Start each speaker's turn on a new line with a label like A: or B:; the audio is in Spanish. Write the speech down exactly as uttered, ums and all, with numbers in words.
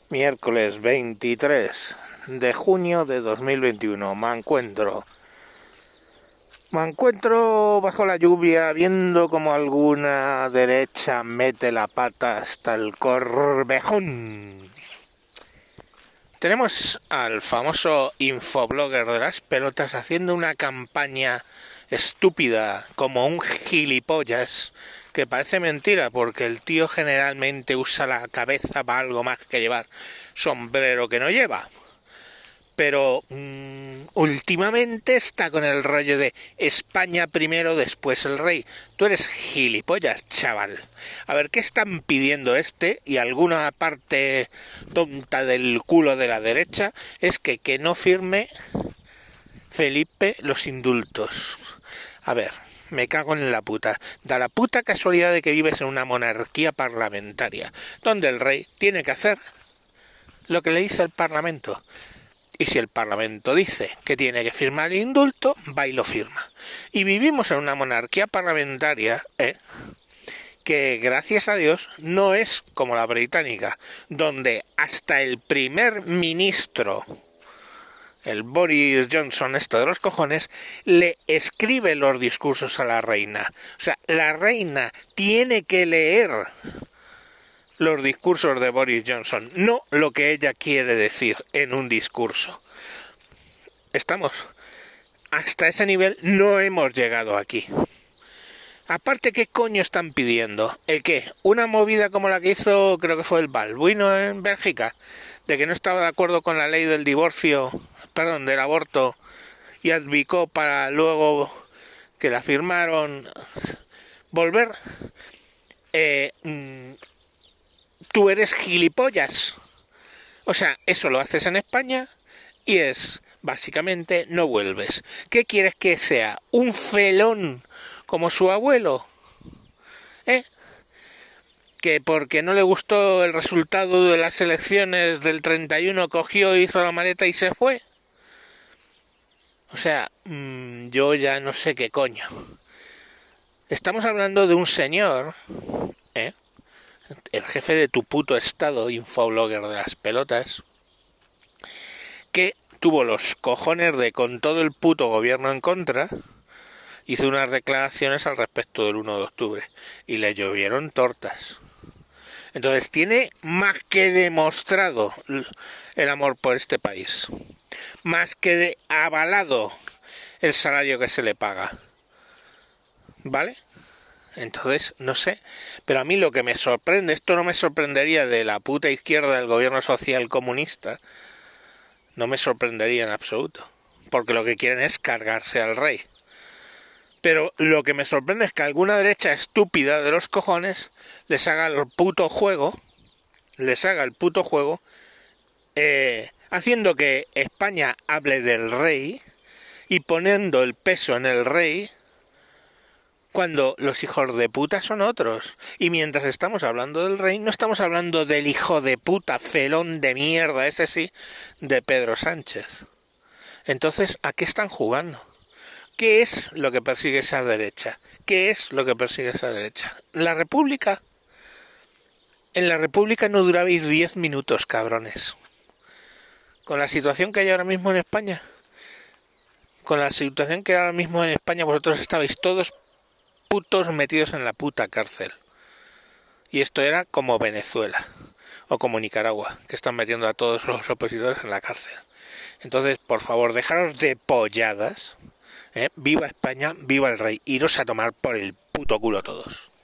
A: Miércoles veintitrés de junio de dos mil veintiuno. Me encuentro. Me encuentro bajo la lluvia viendo como alguna derecha mete la pata hasta el corvejón. Tenemos al famoso infoblogger de las pelotas haciendo una campaña estúpida como un gilipollas, que parece mentira porque el tío generalmente usa la cabeza para algo más que llevar sombrero que no lleva. Pero mmm, últimamente está con el rollo de España primero, después el rey. Tú eres gilipollas, chaval. A ver, ¿qué están pidiendo este y alguna parte tonta del culo de la derecha? Es que, que no firme Felipe los indultos. A ver, me cago en la puta. Da la puta casualidad de que vives en una monarquía parlamentaria, donde el rey tiene que hacer lo que le dice el Parlamento. Y si el Parlamento dice que tiene que firmar el indulto, va y lo firma. Y vivimos en una monarquía parlamentaria, ¿eh? que gracias a Dios no es como la británica, donde hasta el primer ministro, el Boris Johnson, esto de los cojones, le escribe los discursos a la reina. O sea, la reina tiene que leer los discursos de Boris Johnson, no lo que ella quiere decir en un discurso. Estamos hasta ese nivel, no hemos llegado aquí. Aparte, ¿qué coño están pidiendo? ¿El qué? ¿Una movida como la que hizo, creo que fue el Balduino en Bélgica, de que no estaba de acuerdo con la ley del divorcio, perdón, del aborto, y advocó para luego que la firmaron volver? Eh... Mmm, Tú eres gilipollas. O sea, eso lo haces en España y es, básicamente, no vuelves. ¿Qué quieres que sea? ¿Un felón como su abuelo? ¿Eh? Que porque no le gustó el resultado de las elecciones del treinta y uno cogió, hizo la maleta y se fue. O sea, mmm, yo ya no sé qué coño. Estamos hablando de un señor, ¿eh? el jefe de tu puto estado, infoblogger de las pelotas, que tuvo los cojones de, con todo el puto gobierno en contra, hizo unas declaraciones al respecto del uno de octubre y le llovieron tortas. Entonces tiene más que demostrado el amor por este país, más que de avalado el salario que se le paga, ¿vale? Entonces, no sé, pero a mí lo que me sorprende, esto no me sorprendería de la puta izquierda del gobierno social comunista, no me sorprendería en absoluto, porque lo que quieren es cargarse al rey. Pero lo que me sorprende es que alguna derecha estúpida de los cojones les haga el puto juego, les haga el puto juego, eh, haciendo que España hable del rey y poniendo el peso en el rey, cuando los hijos de puta son otros. Y mientras estamos hablando del rey, no estamos hablando del hijo de puta, felón de mierda, ese sí, de Pedro Sánchez. Entonces, ¿a qué están jugando? ¿Qué es lo que persigue esa derecha? ¿Qué es lo que persigue esa derecha? ¿La República? En la República no durabais diez minutos, cabrones. Con la situación que hay ahora mismo en España, con la situación que hay ahora mismo en España, vosotros estabais todos putos metidos en la puta cárcel. Y esto era como Venezuela o como Nicaragua, que están metiendo a todos los opositores en la cárcel. Entonces, por favor, dejaros de polladas, ¿eh? Viva España, viva el rey, iros a tomar por el puto culo todos.